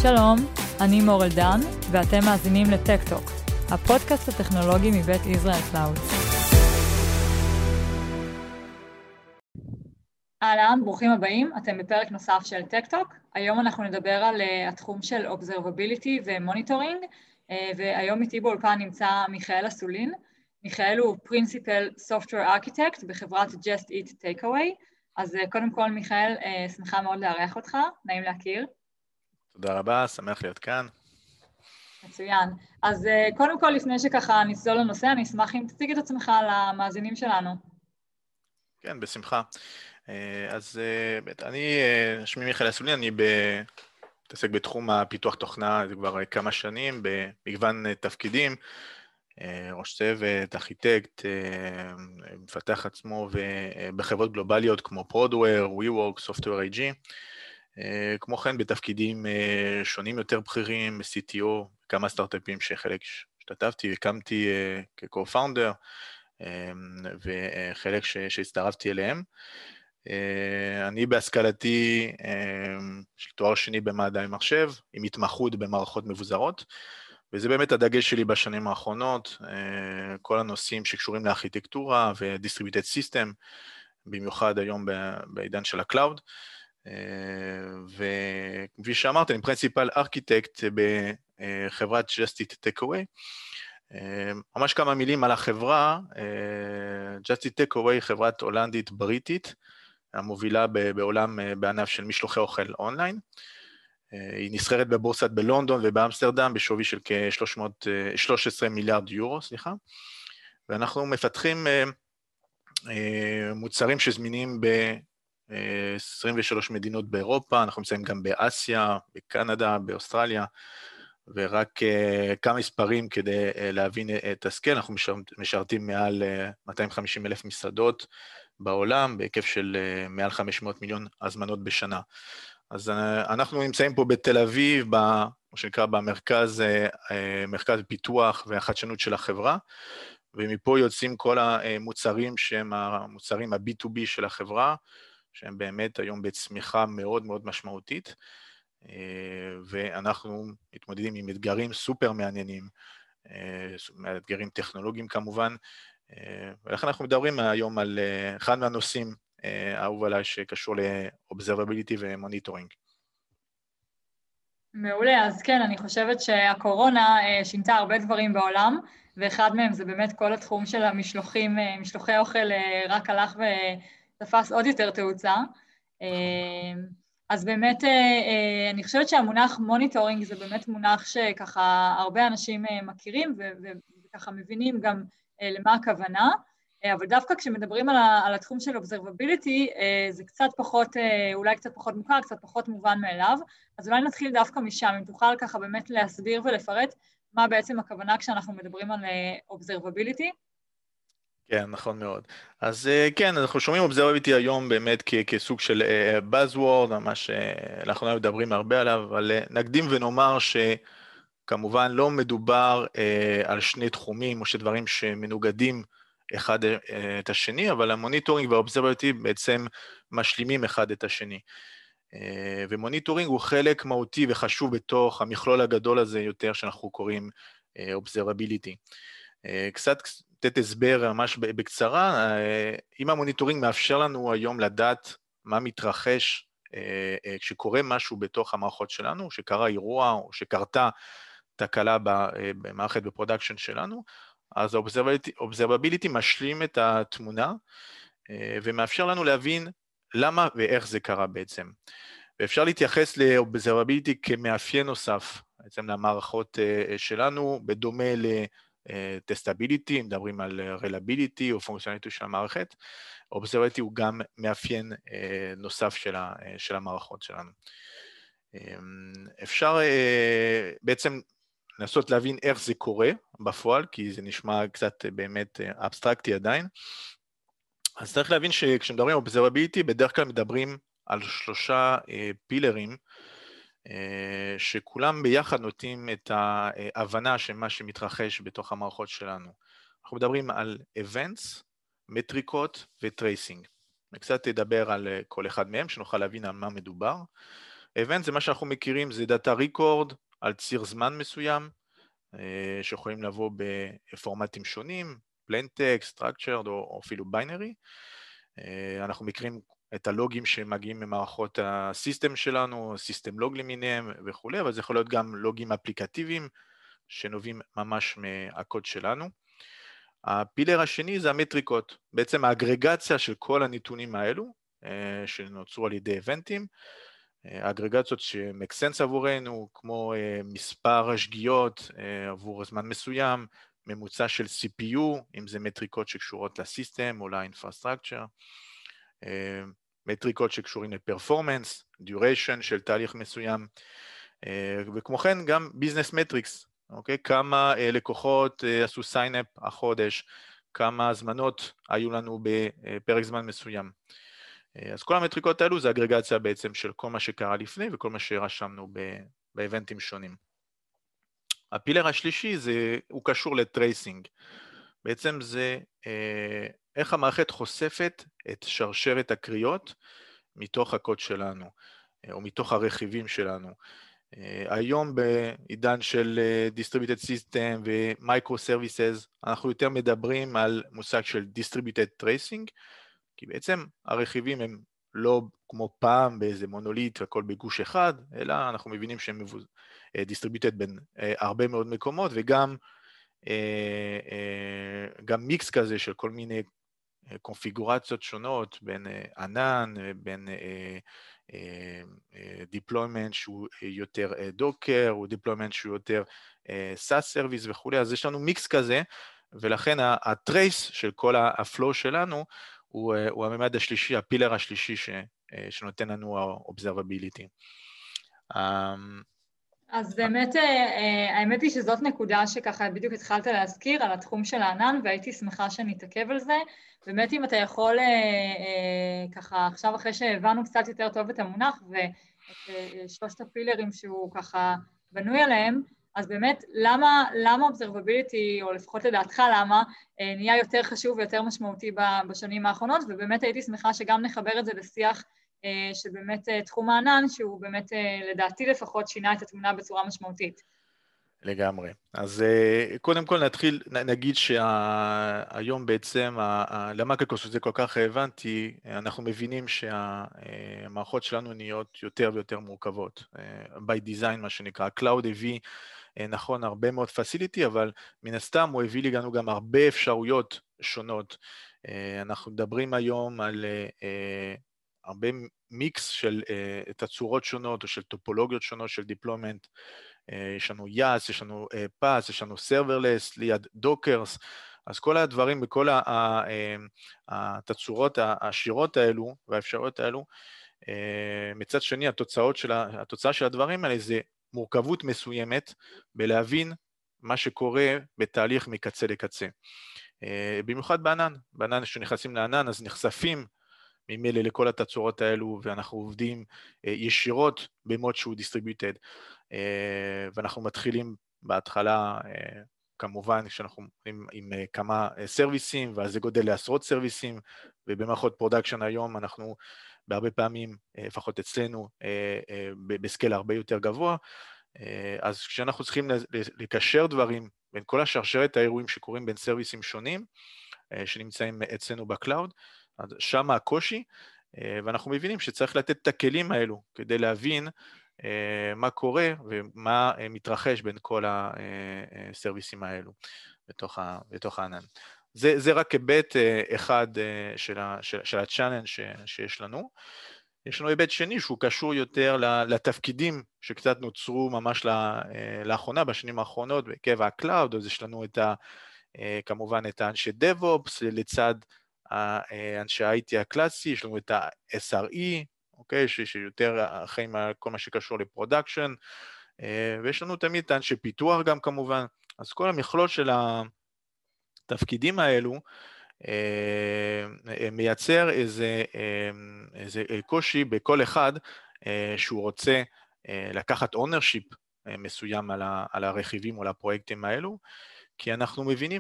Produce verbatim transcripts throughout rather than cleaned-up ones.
שלום, אני מור אלדן, ואתם מאזינים לטק-טוק, הפודקאסט הטכנולוגי מבית ישראל קלאוד. אהלן, ברוכים הבאים, אתם בפרק נוסף של טק-טוק. היום אנחנו נדבר על uh, התחום של Observability ומוניטורינג, uh, והיום איתי באולפן נמצא מיכאל אסולין. מיכאל הוא Principal Software Architect בחברת Just Eat Takeaway. אז uh, קודם כל, מיכאל, uh, שמחה מאוד לארח אותך, נעים להכיר. תודה רבה, שמח להיות כאן. מצוין. אז uh, קודם כל, לפני שככה נצלול לנושא, אני אשמח אם תציג את עצמך למאזינים שלנו. כן, בשמחה. אז אני, שמי מיכאל אסולין, אני מתעסק בתחום הפיתוח תוכנה זה כבר כמה שנים, במגוון תפקידים, ראש צוות, ארכיטקט, מפתח עצמו בחברות גלובליות כמו Prodware, WeWork, Software איי ג'י, כמו כן בתפקידים שונים יותר בכירים, ב-סי טי או, כמה סטארט-אפים שחלק השתתפתי והקמתי כ-co-founder, וחלק שהצטרפתי אליהם. אני בהשכלתי של תואר שני במדעי מחשב, עם התמחות במערכות מבוזרות, וזה באמת הדגש שלי בשנים האחרונות, כל הנושאים שקשורים לארכיטקטורה ו-Distributed System, במיוחד היום בעידן של הקלאוד, וכפי שאמרת, אני פרינסיפל ארכיטקט בחברת Just Eat Takeaway, ממש כמה מילים על החברה. Just Eat Takeaway, חברת הולנדית בריטית, המובילה בעולם בענף של משלוחי אוכל אונליין. היא נסחרת בבורסת בלונדון ובאמסטרדם בשווי של כ-שלוש עשרה מיליארד יורו, סליחה. ואנחנו מפתחים מוצרים שזמינים ב-עשרים ושלוש מדינות באירופה, אנחנו נמצאים גם באסיה, בקנדה, באוסטרליה, ורק כמה מספרים כדי להבין את הסקייל, אנחנו משרתים מעל מאתיים וחמישים אלף מסעדות בעולם, בהיקף של מעל חמש מאות מיליון הזמנות בשנה. אז אנחנו נמצאים פה בתל אביב, מה שנקרא במרכז, מרכז פיתוח והחדשנות של החברה, ומפה יוצאים כל המוצרים שהם המוצרים ה-בי טו בי של החברה, שהם באמת היום בצמיחה מאוד מאוד משמעותית, ואנחנו מתמודדים עם אתגרים סופר מעניינים, אתגרים טכנולוגיים כמובן, ולכן אנחנו מדברים היום על אחד מהנושאים האהוב עליי שקשור ל-Observability ו-Monitoring. מעולה, אז כן, אני חושבת שהקורונה שינתה הרבה דברים בעולם, ואחד מהם זה באמת כל התחום של המשלוחים, משלוחי אוכל רק הלך ותפס עוד יותר תאוצה. אז באמת, אני חושבת שהמונח מוניטורינג זה באמת מונח שככה הרבה אנשים מכירים וככה מבינים גם למה הכוונה, אבל דווקא כשמדברים על התחום של Observability, זה קצת פחות, אולי קצת פחות מוכר, קצת פחות מובן מאליו, אז אולי נתחיל דווקא משם, אם תוכל ככה באמת להסביר ולפרט מה בעצם הכוונה כשאנחנו מדברים על Observability. כן, נכון מאוד. אז כן, אנחנו שומעים Observability היום באמת כסוג של Buzzword, ממש לאחרונה מדברים הרבה עליו, אבל נקדים ונאמר שכמובן לא מדובר על שני תחומים או שדברים שמנוגדים אחד את השני, אבל המוניטורינג והאובזרבביליטי בעצם משלימים אחד את השני. ומוניטורינג הוא חלק מהותי וחשוב בתוך המכלול הגדול הזה יותר שאנחנו קוראים אובזרבביליטי. קצת לתת הסבר ממש בקצרה, אם המוניטורינג מאפשר לנו היום לדעת מה מתרחש כשקורה משהו בתוך המערכות שלנו, שקרה אירוע או שקרתה תקלה במערכת בפרודקשן שלנו, אז ה-Observability משלים את התמונה, ומאפשר לנו להבין למה ואיך זה קרה בעצם. ואפשר להתייחס ל-Observability כמאפיין נוסף, בעצם למערכות שלנו, בדומה ל-Testability, מדברים על Reliability או פונקציונליטי של המערכת, Observability הוא גם מאפיין נוסף של המערכות שלנו. אפשר בעצם לנסות להבין איך זה קורה בפועל, כי זה נשמע קצת באמת אבסטרקטי עדיין. אז צריך להבין שכשמדברים על Observability, בדרך כלל מדברים על שלושה פילרים, שכולם ביחד נותנים את ההבנה של מה שמתרחש בתוך המערכות שלנו. אנחנו מדברים על Events, מטריקות וטרייסינג. אני קצת אדבר על כל אחד מהם, שנוכל להבין על מה מדובר. Event זה מה שאנחנו מכירים, זה דאטה ריקורד על ציר זמן מסוים, שיכולים לבוא בפורמטים שונים, plain text, structured או אפילו binary. אנחנו מכירים את הלוגים שמגיעים ממערכות הסיסטם שלנו, סיסטם לוג למיניהם וכו', אבל זה יכול להיות גם לוגים אפליקטיביים שנובעים ממש מהקוד שלנו. הפילר השני זה המטריקות, בעצם האגרגציה של כל הנתונים האלו שנוצרו על ידי איבנטים, האגרגציות שמק סנס עבורנו, כמו מספר השגיאות עבור זמן מסוים, ממוצע של סי פי יו, אם זה מטריקות שקשורות לסיסטם או לאינפרסטרקצ'ר, מטריקות שקשורים לפרפורמנס, דיוריישן של תהליך מסוים, וכמו כן גם ביזנס מטריקס, אוקיי? כמה לקוחות עשו סיינאפ החודש, כמה הזמנות היו לנו בפרק זמן מסוים. אז כל המטריקות האלו זה אגרגציה בעצם של כל מה שקרה לפני וכל מה שרשמנו באיבנטים שונים. הפילר השלישי זה, הוא קשור לטרייסינג. בעצם זה איך המערכת חושפת את שרשרת הקריאות מתוך הקוד שלנו, או מתוך הרכיבים שלנו. היום בעידן של Distributed System ו-Microservices, אנחנו יותר מדברים על מושג של Distributed Tracing, כי בעצם הרכיבים הם לא כמו פעם באיזה מונוליט והכל בגוש אחד, אלא אנחנו מבינים שהם Distributed בין הרבה מאוד מקומות, וגם גם מיקס כזה של כל מיני קונפיגורציות שונות, בין ענן, בין deployment שהוא יותר דוקר, או deployment שהוא יותר SaaS Service וכו', אז יש לנו מיקס כזה, ולכן הטרייס של כל הפלואו שלנו, הוא, הוא הממד השלישי, הפילר השלישי ש, שנותן לנו ה-observability. אז באמת, האמת היא שזאת נקודה שככה בדיוק התחלת להזכיר על התחום של הענן, והייתי שמחה שנתעכב על זה. באמת אם אתה יכול ככה, עכשיו אחרי שהבנו קצת יותר טוב את המונח ואת שלושת הפילרים שהוא ככה בנוי עליהם, אז באמת, למה, למה observability, או לפחות לדעתך למה, נהיה יותר חשוב ויותר משמעותי בשנים האחרונות, ובאמת הייתי שמחה שגם נחבר את זה לשיח שבאמת תחום הענן, שהוא באמת, לדעתי לפחות, שינה את התמונה בצורה משמעותית. לגמרי. אז קודם כל נתחיל, נגיד שהיום בעצם, למה זה כל כך רלוונטי, אנחנו מבינים שהמערכות שלנו נהיות יותר ויותר מורכבות. by design, מה שנקרא, Cloud הביא, נכון, הרבה מאוד facility, אבל מן הסתם הוא הביא לנו גם הרבה אפשרויות שונות. אנחנו מדברים היום על הרבה מיקס של תצורות שונות, או של טופולוגיות שונות של deployment, יש לנו יאס, יש לנו פאס, יש לנו סרברלס, ליד דוקרס, אז כל הדברים וכל התצורות העשירות האלו והאפשרויות האלו, מצד שני התוצאות של, התוצאה של הדברים האלה זה מורכבות מסוימת בלהבין מה שקורה בתהליך מקצה לקצה. במיוחד בענן, בענן שנכנסים לענן אז נחשפים ממילא לכל התצורות האלו, ואנחנו עובדים ישירות במוד שהוא distributed, ואנחנו מתחילים בהתחלה, כמובן, כשאנחנו עם, עם כמה סרוויסים, ואז זה גודל לעשרות סרוויסים, ובמערכות פרודקשן היום אנחנו בהרבה פעמים, לפחות אצלנו, בסקייל הרבה יותר גבוה, אז כשאנחנו צריכים לקשר דברים בין כל השרשרת האירועים שקורים בין סרוויסים שונים, שנמצאים אצלנו בקלאוד, אז שם הקושי, ואנחנו מבינים שצריך לתת את הכלים האלו כדי להבין מה קורה ומה מתרחש בין כל הסרוויסים האלו בתוך, בתוך הענן. זה, זה רק היבט אחד של, של, של הצ'אלנג' שיש לנו. יש לנו היבט שני שהוא קשור יותר לתפקידים שקצת נוצרו ממש לאחרונה, בשנים האחרונות, בקו הקלאוד, אז יש לנו את ה, כמובן את האנשי DevOps, לצד האנשי ה-איי טי הקלאסי, יש לנו את ה-אס אר אי, אוקיי, שיותר אחראים על כל מה שקשור לפרודקשן, ויש לנו תמיד את האנשי פיתוח גם כמובן, אז כל המכלול של התפקידים האלו, מייצר איזה, איזה קושי בכל אחד שהוא רוצה לקחת ownership מסוים על, ה, על הרכיבים או לפרויקטים האלו, כי אנחנו מבינים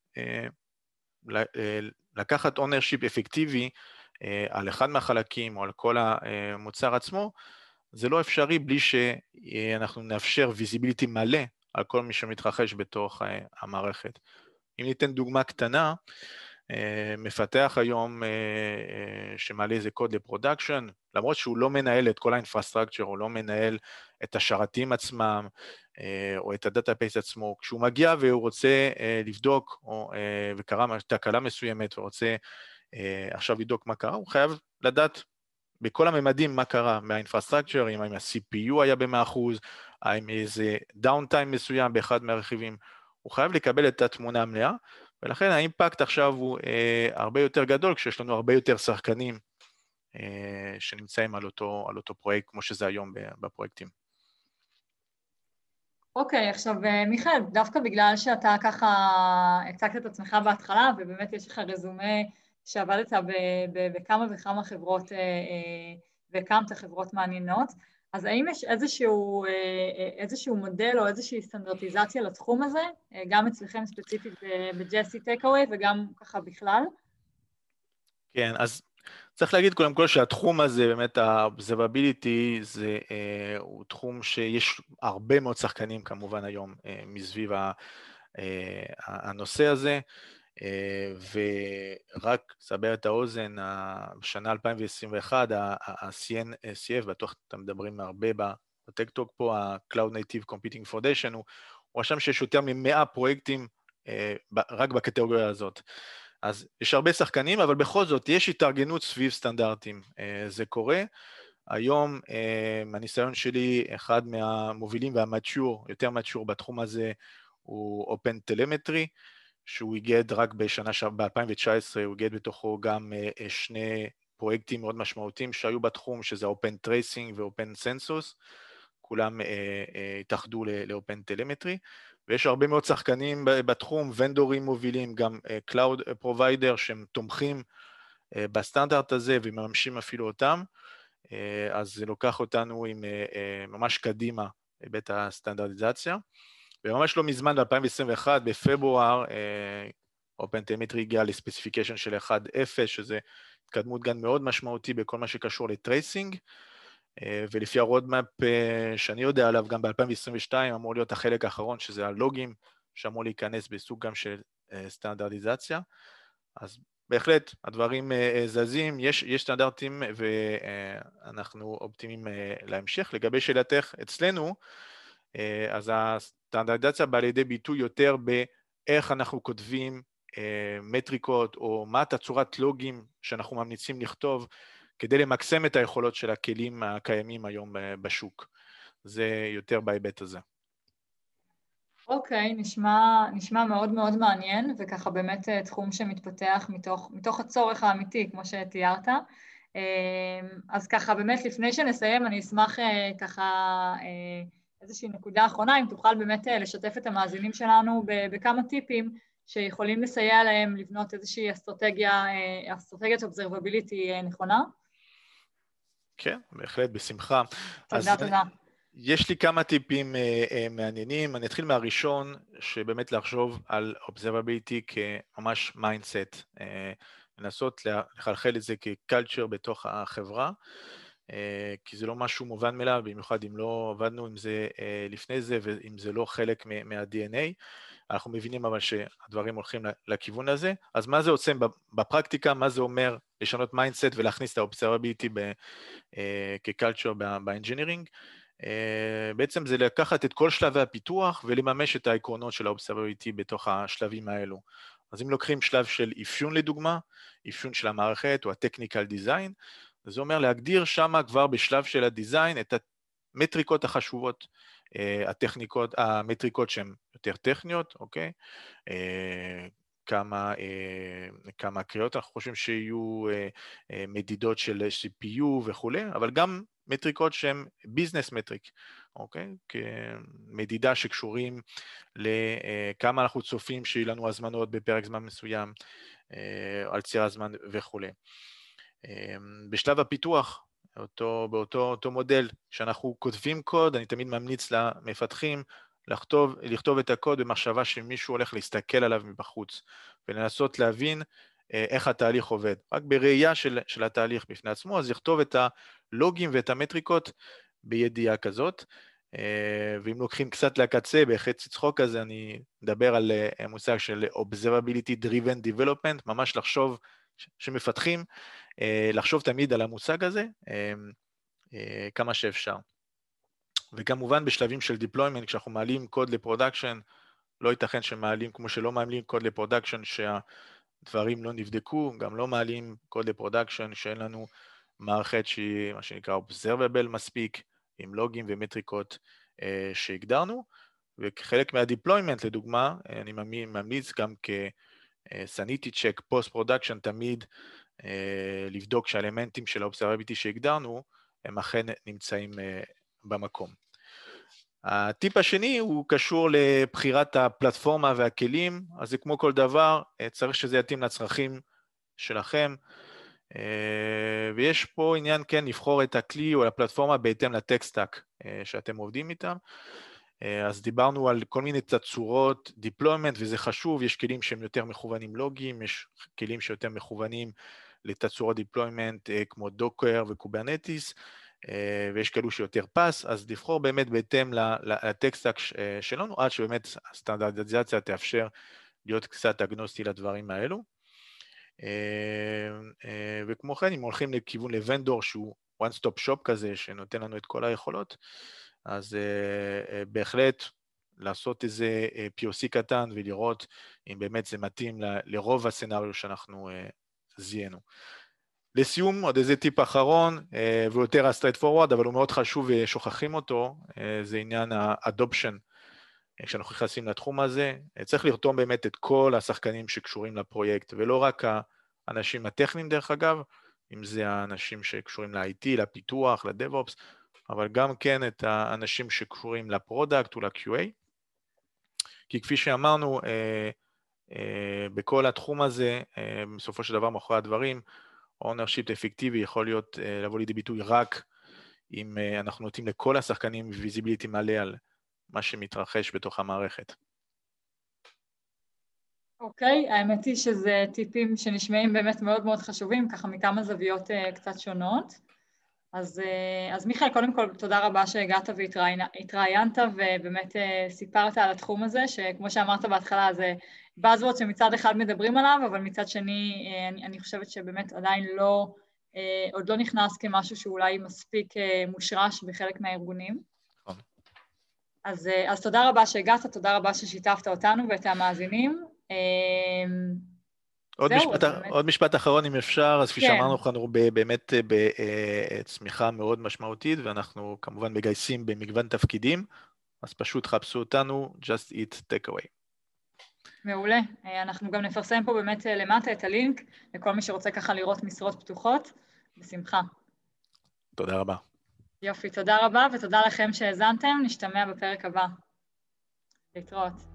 שלקחת ownership אפקטיבי על אחד מהחלקים או על כל המוצר עצמו, זה לא אפשרי בלי שאנחנו נאפשר ויזיביליטי מלא על כל מי שמתרחש בתוך המערכת. אם ניתן דוגמה קטנה, מפתח היום שמעלה איזה קוד לפרודקשן, למרות שהוא לא מנהל את כל האינפרסטרקצ'ר, הוא לא מנהל את השרתים עצמם, או את הדאטאבייס עצמו, כשהוא מגיע והוא רוצה לבדוק, או, וקרה תקלה מסוימת, ורוצה עכשיו לבדוק מה קרה, הוא חייב לדעת בכל הממדים מה קרה מהאינפרסטרקצ'ר, אם ה-סי פי יו היה ב-מאה אחוז, אם איזה דאונטיים מסוים באחד מהרכיבים, הוא חייב לקבל את התמונה המלאה, ולכן האימפקט עכשיו הוא אה, הרבה יותר גדול, כשיש לנו הרבה יותר שחקנים אה, שנמצאים על אותו, על אותו פרויקט, כמו שזה היום בפרויקטים. אוקיי, okay, עכשיו מיכאל, דווקא בגלל שאתה ככה הצגת את עצמך בהתחלה, ובאמת יש לך רזומה שעבדת ב- ב- בכמה וכמה חברות, אה, אה, והקמת חברות מעניינות, אז האם יש איזשהו, איזשהו מודל או איזושהי סטנדרטיזציה לתחום הזה, גם אצלכם ספציפית בג'סי טייק-אווי וגם ככה בכלל? כן, אז צריך להגיד קודם כל שהתחום הזה, באמת ה-observability, זה, אה, הוא תחום שיש הרבה מאוד שחקנים כמובן היום אה, מסביב ה, אה, הנושא הזה, אה, ורק לסבר את האוזן, בשנה אלפיים עשרים ואחת, ה-סי אף, בטוח אתם מדברים הרבה בטק-טוק פה, ה-Cloud Native Computing Foundation, הוא רשם שיש יותר מ-מאה פרויקטים אה, רק בקטגוריה הזאת. אז יש הרבה שחקנים, אבל בכל זאת יש התארגנות סביב סטנדרטים. זה קורה. היום, מהניסיון שלי, אחד מהמובילים והמאצ'ור, יותר מאצ'ור בתחום הזה, הוא Open Telemetry, שהוא איגד רק בשנה, ב-אלפיים תשע עשרה, הוא איגד בתוכו גם שני פרויקטים מאוד משמעותיים שהיו בתחום, שזה Open Tracing ו-Open Census, כולם התאחדו ל-Open Telemetry, ויש הרבה מאוד שחקנים בתחום, ונדורים מובילים, גם Cloud Provider שהם תומכים בסטנדרט הזה ומממשים אפילו אותם, אז זה לוקח אותנו עם ממש קדימה בית הסטנדרטיזציה, וממש לא מזמן ב-אלפיים עשרים ואחת, בפברואר, OpenTelemetry הגיע לספציפיקיישן של אחד נקודה אפס, שזה התקדמות גם מאוד משמעותי בכל מה שקשור לטרייסינג, ולפי הרודמפ שאני יודע עליו, גם ב-אלפיים עשרים ושתיים אמור להיות החלק האחרון, שזה הלוגים, שאמור להיכנס בסוג גם של סטנדרטיזציה. אז בהחלט, הדברים זזים, יש, יש סטנדרטים, ואנחנו אופטימיים להמשך. לגבי שאלתך אצלנו, אז הסטנדרטיזציה באה לידי ביטוי יותר באיך אנחנו כותבים מטריקות, או מה תצורת לוגים שאנחנו ממליצים לכתוב, כדי למקסם את היכולות של הכלים הקיימים היום בשוק. זה יותר בהיבט הזה. אוקיי, נשמע, נשמע מאוד מאוד מעניין, וככה באמת תחום שמתפתח מתוך, מתוך הצורך האמיתי, כמו שתיארת. אז ככה באמת לפני שנסיים, אני אשמח ככה איזושהי נקודה אחרונה, אם תוכל באמת לשתף את המאזינים שלנו בכמה טיפים שיכולים לסייע להם לבנות איזושהי אסטרטגיה, אסטרטגיית observability נכונה. כן, בהחלט, בשמחה. תודה, תודה. יש לי כמה טיפים מעניינים. אני אתחיל מהראשון, שבאמת לחשוב על observability כממש מיינדסט, לנסות לחלחל את זה כקלצ'ר בתוך החברה, כי זה לא משהו מובן מאליו, במיוחד אם לא עבדנו עם זה לפני זה, ואם זה לא חלק מה-די אן איי, אנחנו מבינים אבל שהדברים הולכים לכיוון הזה. אז מה זה עושה בפרקטיקה, מה זה אומר לשנות מיינדסט ולהכניס את ה-observability כקלצ'ר באנג'ינירינג? בעצם זה לקחת את כל שלבי הפיתוח ולממש את העקרונות של ה-observability בתוך השלבים האלו. אז אם לוקחים שלב של אפיון לדוגמה, אפיון של המערכת או ה-technical design, זה אומר להגדיר שמה כבר בשלב של הדיזיין את המטריקות החשובות, הטכניקות, המטריקות שהן יותר טכניות, אוקיי? כמה, כמה קריאות אנחנו חושבים שיהיו מדידות של סי פי יו וכו', אבל גם מטריקות שהן ביזנס מטריק, אוקיי? כמדידה שקשורים לכמה אנחנו צופים שיהיו לנו הזמנות בפרק זמן מסוים, על ציר הזמן וכו'. בשלב הפיתוח, אותו, באותו אותו מודל, שאנחנו כותבים קוד, אני תמיד ממליץ למפתחים לכתוב, לכתוב את הקוד במחשבה שמישהו הולך להסתכל עליו מבחוץ, ולנסות להבין איך התהליך עובד. רק בראייה של, של התהליך בפני עצמו, אז לכתוב את הלוגים ואת המטריקות בידיעה כזאת. ואם לוקחים קצת לקצה, בחצי צחוק הזה, אני מדבר על מושג של Observability Driven Development, ממש לחשוב שמפתחים, לחשוב תמיד על המושג הזה, כמה שאפשר. וכמובן בשלבים של deployment, כשאנחנו מעלים קוד לפרודקשן, לא ייתכן שמעלים, כמו שלא מעלים קוד לפרודקשן שהדברים לא נבדקו, גם לא מעלים קוד לפרודקשן שאין לנו מערכת שהיא מה שנקרא observable מספיק, עם לוגים ומטריקות אה, שהגדרנו, וכחלק מה-deployment לדוגמה, אני ממליץ גם כ-sanity check post-production תמיד אה, לבדוק שהאלמנטים של ה-observability שהגדרנו, הם אכן נמצאים אה, במקום. הטיפ השני הוא קשור לבחירת הפלטפורמה והכלים, אז זה כמו כל דבר, צריך שזה יתאים לצרכים שלכם, ויש פה עניין כן לבחור את הכלי או הפלטפורמה בהתאם לטקסטאק שאתם עובדים איתם. אז דיברנו על כל מיני תצורות deployment וזה חשוב, יש כלים שהם יותר מכוונים לוגיים, יש כלים שיותר מכוונים לתצורות deployment כמו דוקר וקוברנטיס, ויש כאלו שיותר פס, אז לבחור באמת בהתאם לטקסטאק שלנו, עד שבאמת הסטנדרטיזציה תאפשר להיות קצת אגנוסטי לדברים האלו. וכמו כן, אם הולכים לכיוון לוונדור שהוא one stop shop כזה, שנותן לנו את כל היכולות, אז בהחלט לעשות איזה פי או סי קטן ולראות אם באמת זה מתאים לרוב הסצנריו שאנחנו זיהינו. לסיום, עוד איזה טיפ אחרון, ויותר ה-straight forward, אבל הוא מאוד חשוב ושוכחים אותו, זה עניין ה-adoption, כשאנחנו נכנסים לתחום הזה, צריך לרתום באמת את כל השחקנים שקשורים לפרויקט, ולא רק האנשים הטכניים דרך אגב, אם זה האנשים שקשורים ל-איי טי, לפיתוח, ל-DevOps, אבל גם כן את האנשים שקשורים לפרודקט ול-קיו איי, כי כפי שאמרנו, בכל התחום הזה, בסופו של דבר מאחורי הדברים, ownership אפקטיבי יכול להיות, לבוא לידי ביטוי רק אם אנחנו נותנים לכל השחקנים ויזיביליטי מלא על מה שמתרחש בתוך המערכת. אוקיי, okay, האמת היא שזה טיפים שנשמעים באמת מאוד מאוד חשובים, ככה מכמה זוויות uh, קצת שונות. אז, uh, אז מיכאל, קודם כל תודה רבה שהגעת והתראיינת ובאמת uh, סיפרת על התחום הזה, שכמו שאמרת בהתחלה זה Buzzword שמצד אחד מדברים עליו, אבל מצד שני uh, אני, אני חושבת שבאמת עדיין לא, uh, עוד לא נכנס כמשהו שאולי מספיק uh, מושרש בחלק מהארגונים. אז, uh, אז תודה רבה שהגעת, תודה רבה ששיתפת אותנו ואת המאזינים. עוד משפט, עוד משפט אחרון אם אפשר, אז כפי שאמרנו, אנחנו באמת בצמיחה מאוד משמעותית, ואנחנו כמובן מגייסים במגוון תפקידים, אז פשוט חפשו אותנו, just eat take away. מעולה, אנחנו גם נפרסם פה באמת למטה את הלינק, לכל מי שרוצה ככה לראות משרות פתוחות, בשמחה. תודה רבה. יופי, תודה רבה, ותודה לכם שהאזנתם, נשתמע בפרק הבא. להתראות.